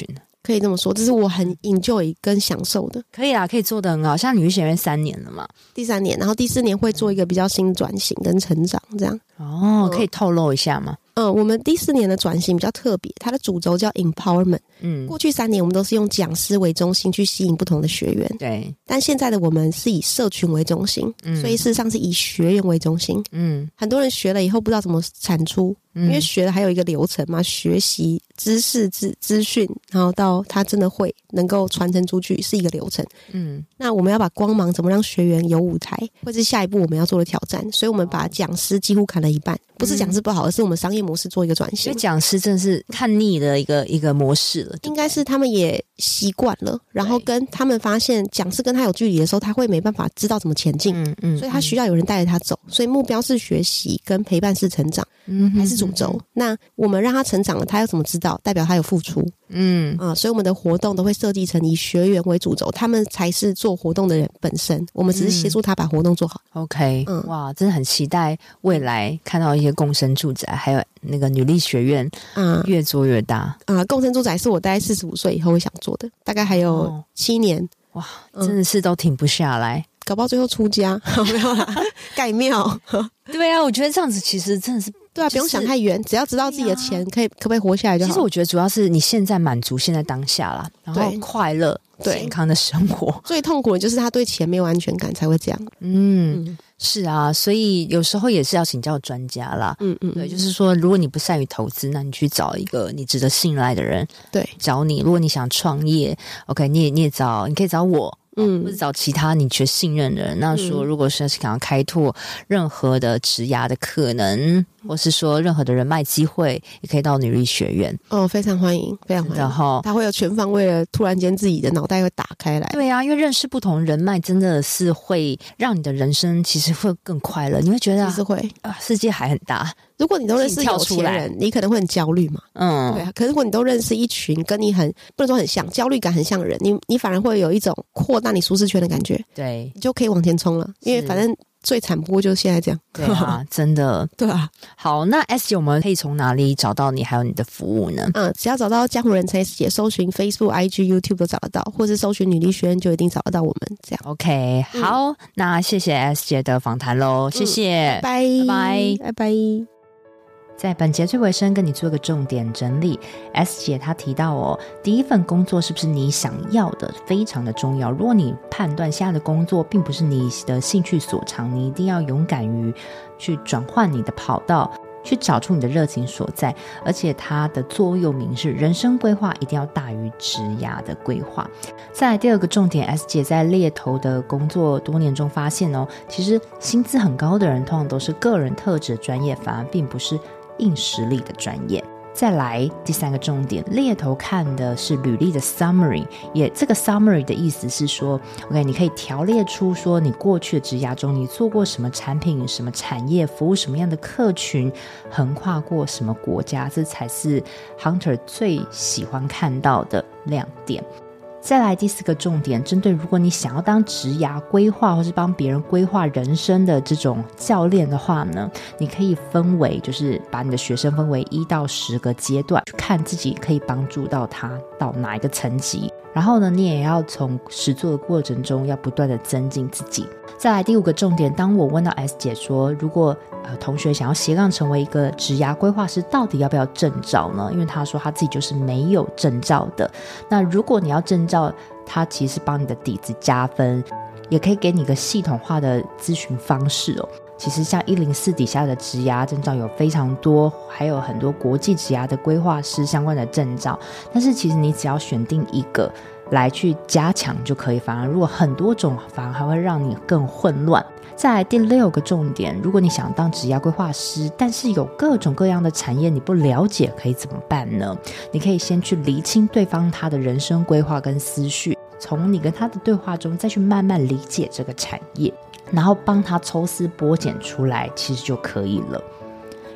可以这么说，这是我很 enjoy 跟享受的。
可以啦，可以做得很好，像女力学院三年了嘛，
第三年，然后第四年会做一个比较新转型跟成长这样。
哦，可以透露一下吗？
嗯，我们第四年的转型比较特别，它的主轴叫 empowerment。嗯，过去三年我们都是用讲师为中心去吸引不同的学员，
对。
但现在的我们是以社群为中心，嗯，所以事实上是以学员为中心。嗯，很多人学了以后不知道怎么产出，嗯，因为学了还有一个流程嘛，学习知识资资讯，然后到他真的会能够传承出去是一个流程。嗯，那我们要把光芒怎么让学员有舞台，会是下一步我们要做的挑战。所以我们把讲师几乎砍了一半，不是讲师不好，而是我们商业模式做一个转型。
因为讲师真的是看腻的一个一个模式了，
应该是他们也习惯了，然后跟他们发现讲师跟他有距离的时候，他会没办法知道怎么前进，嗯嗯，所以他需要有人带着他走，所以目标是学习跟陪伴式成长，嗯，还是主轴。那我们让他成长了，他要怎么知道？代表他有付出，嗯啊、呃，所以我们的活动都会设计成以学员为主轴，他们才是做活动的人本身，我们只是协助他把活动做好。
嗯、OK，嗯，哇，真的很期待未来看到一些共生住宅，还有那个女力学院，嗯，越做越大
啊、呃。共生住宅是我大概四十五岁以后会想做的，大概还有七年，
哦、哇，真的是都停不下来。
嗯，搞不好最后出家，没有啦，盖庙。
对啊，我觉得这样子其实真的是。
对啊，
就是、
不用想太远，只要知道自己的钱可以、啊、可不可以活下来就好。
其实我觉得主要是你现在满足现在当下啦，然后快乐、健康的生活。
最痛苦的就是他对钱没有安全感才会这样。
嗯，嗯是啊，所以有时候也是要请教专家啦。嗯嗯，对，就是说，如果你不善于投资，那你去找一个你值得信赖的人，
对，
找你。如果你想创业 ，OK， 你也你也找，你可以找我。嗯，或者找其他你觉得信任的人。那说，如果是想要开拓任何的职涯的可能，或是说任何的人脉机会，也可以到女力学院。
哦，非常欢迎，非常欢迎。然后他会有全方位的，突然间自己的脑袋会打开来。
对啊，因为认识不同人脉，真的是会让你的人生其实会更快乐。你会觉得，
其实会
啊，世界还很大。
如果你都认识有钱人，你可能会很焦虑嘛。嗯，对啊。可是如果你都认识一群跟你很不能说很像，焦虑感很像的人，你你反而会有一种扩大你舒适圈的感觉。
对，
你就可以往前冲了。因为反正最惨不过就是现在这样。
对啊，真的。
对啊。
好，那 S 姐，我们可以从哪里找到你还有你的服务呢？
嗯，只要找到江湖人称 S 姐，搜寻 Facebook、I G、YouTube 都找得到，或是搜寻女力学院就一定找得到我们。这样
OK， 好，嗯、那谢谢 S 姐的访谈喽，谢谢，
嗯、拜拜，
拜拜，
拜拜。
在本节最尾声跟你做个重点整理。 S 姐她提到哦，第一份工作是不是你想要的非常的重要。如果你判断现在的工作并不是你的兴趣所长，你一定要勇敢于去转换你的跑道，去找出你的热情所在。而且它的座右铭是人生规划一定要大于职涯的规划。再来第二个重点， S 姐在猎头的工作多年中发现哦，其实薪资很高的人通常都是个人特质的专业，反而并不是硬实力的专业。再来第三个重点，猎头看的是履历的 summary， 也这个 summary 的意思是说 OK， 你可以条列出说你过去的职涯中你做过什么产品、什么产业，服务什么样的客群，横跨过什么国家，这才是 Hunter 最喜欢看到的亮点。再来第四个重点，针对如果你想要当职涯规划或是帮别人规划人生的这种教练的话呢，你可以分为就是把你的学生分为一到十个阶段，去看自己可以帮助到他到哪一个层级。然后呢，你也要从实作的过程中要不断的增进自己。再来第五个重点，当我问到 S 姐说，如果呃同学想要斜杠成为一个职涯规划师，到底要不要证照呢？因为他说他自己就是没有证照的。那如果你要证照，他其实帮你的底子加分，也可以给你一个系统化的咨询方式哦。其实像一零四底下的职涯证照有非常多，还有很多国际职涯的规划师相关的证照，但是其实你只要选定一个来去加强就可以，反而如果很多种反而还会让你更混乱。再来第六个重点，如果你想当职涯规划师，但是有各种各样的产业你不了解，可以怎么办呢？你可以先去厘清对方他的人生规划跟思绪，从你跟他的对话中再去慢慢理解这个产业，然后帮他抽丝剥茧出来，其实就可以了。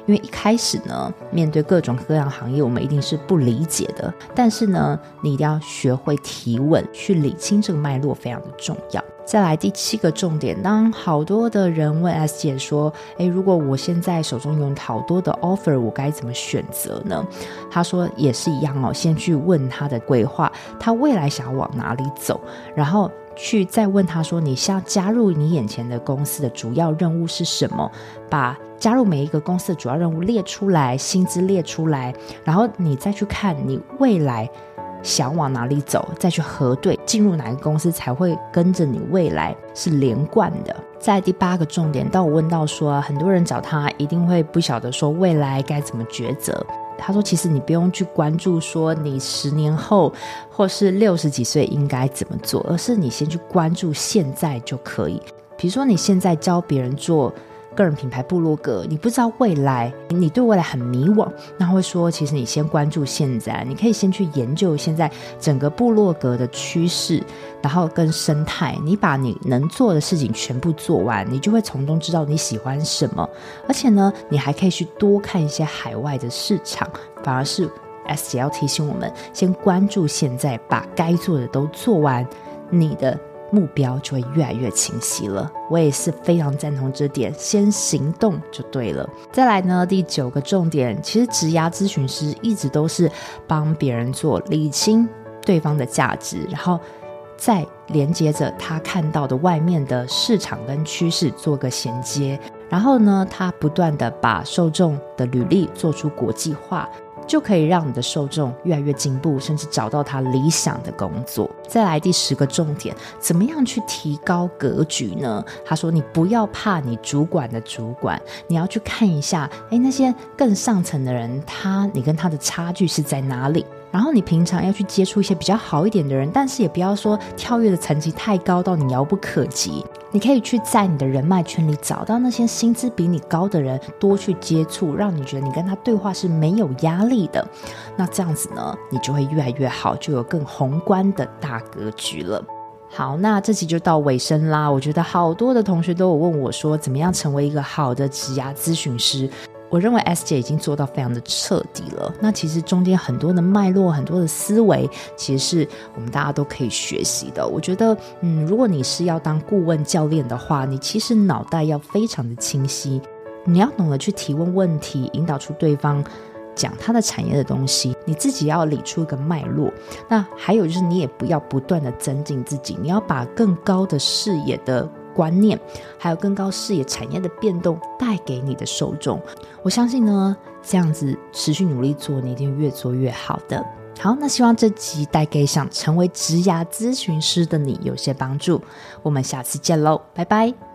因为一开始呢，面对各种各样行业我们一定是不理解的，但是呢你一定要学会提问，去理清这个脉络非常的重要。再来第七个重点，当好多的人问 S 姐说，诶，如果我现在手中有好多的 offer， 我该怎么选择呢？她说也是一样哦，先去问她的规划，她未来想要往哪里走，然后去再问她说，你想要加入你眼前的公司的主要任务是什么，把加入每一个公司的主要任务列出来，薪资列出来，然后你再去看你未来想往哪里走，再去核对进入哪个公司才会跟着你未来是连贯的。在第八个重点，当我问到说很多人找他一定会不晓得说未来该怎么抉择，他说其实你不用去关注说你十年后或是六十几岁应该怎么做，而是你先去关注现在就可以。比如说你现在教别人做个人品牌部落格，你不知道未来，你对未来很迷惘，那会说其实你先关注现在，你可以先去研究现在整个部落格的趋势，然后跟生态，你把你能做的事情全部做完，你就会从中知道你喜欢什么。而且呢你还可以去多看一些海外的市场，反而是 S 姐要提醒我们先关注现在，把该做的都做完，你的目标就会越来越清晰了。我也是非常赞同这点，先行动就对了。再来呢，第九个重点，其实职涯咨询师一直都是帮别人做理清对方的价值，然后再连接着他看到的外面的市场跟趋势做个衔接，然后呢他不断的把受众的履历做出国际化，就可以让你的受众越来越进步，甚至找到他理想的工作。再来第十个重点，怎么样去提高格局呢？他说你不要怕你主管的主管，你要去看一下诶那些更上层的人，他你跟他的差距是在哪里，然后你平常要去接触一些比较好一点的人，但是也不要说跳跃的层级太高到你遥不可及，你可以去在你的人脉圈里找到那些薪资比你高的人，多去接触，让你觉得你跟他对话是没有压力的。那这样子呢，你就会越来越好，就有更宏观的大格局了。好，那这集就到尾声啦。我觉得好多的同学都有问我说，怎么样成为一个好的职涯咨询师。我认为 S 姐已经做到非常的彻底了，那其实中间很多的脉络，很多的思维，其实是我们大家都可以学习的。我觉得嗯，如果你是要当顾问教练的话，你其实脑袋要非常的清晰，你要懂得去提问问题，引导出对方讲他的产业的东西，你自己要理出一个脉络。那还有就是你也不要不断的增进自己，你要把更高的视野的观念，还有更高视野产业的变动带给你的受众。我相信呢，这样子持续努力做，你一定越做越好的。好，那希望这集带给想成为职涯咨询师的你有些帮助。我们下次见喽，拜拜。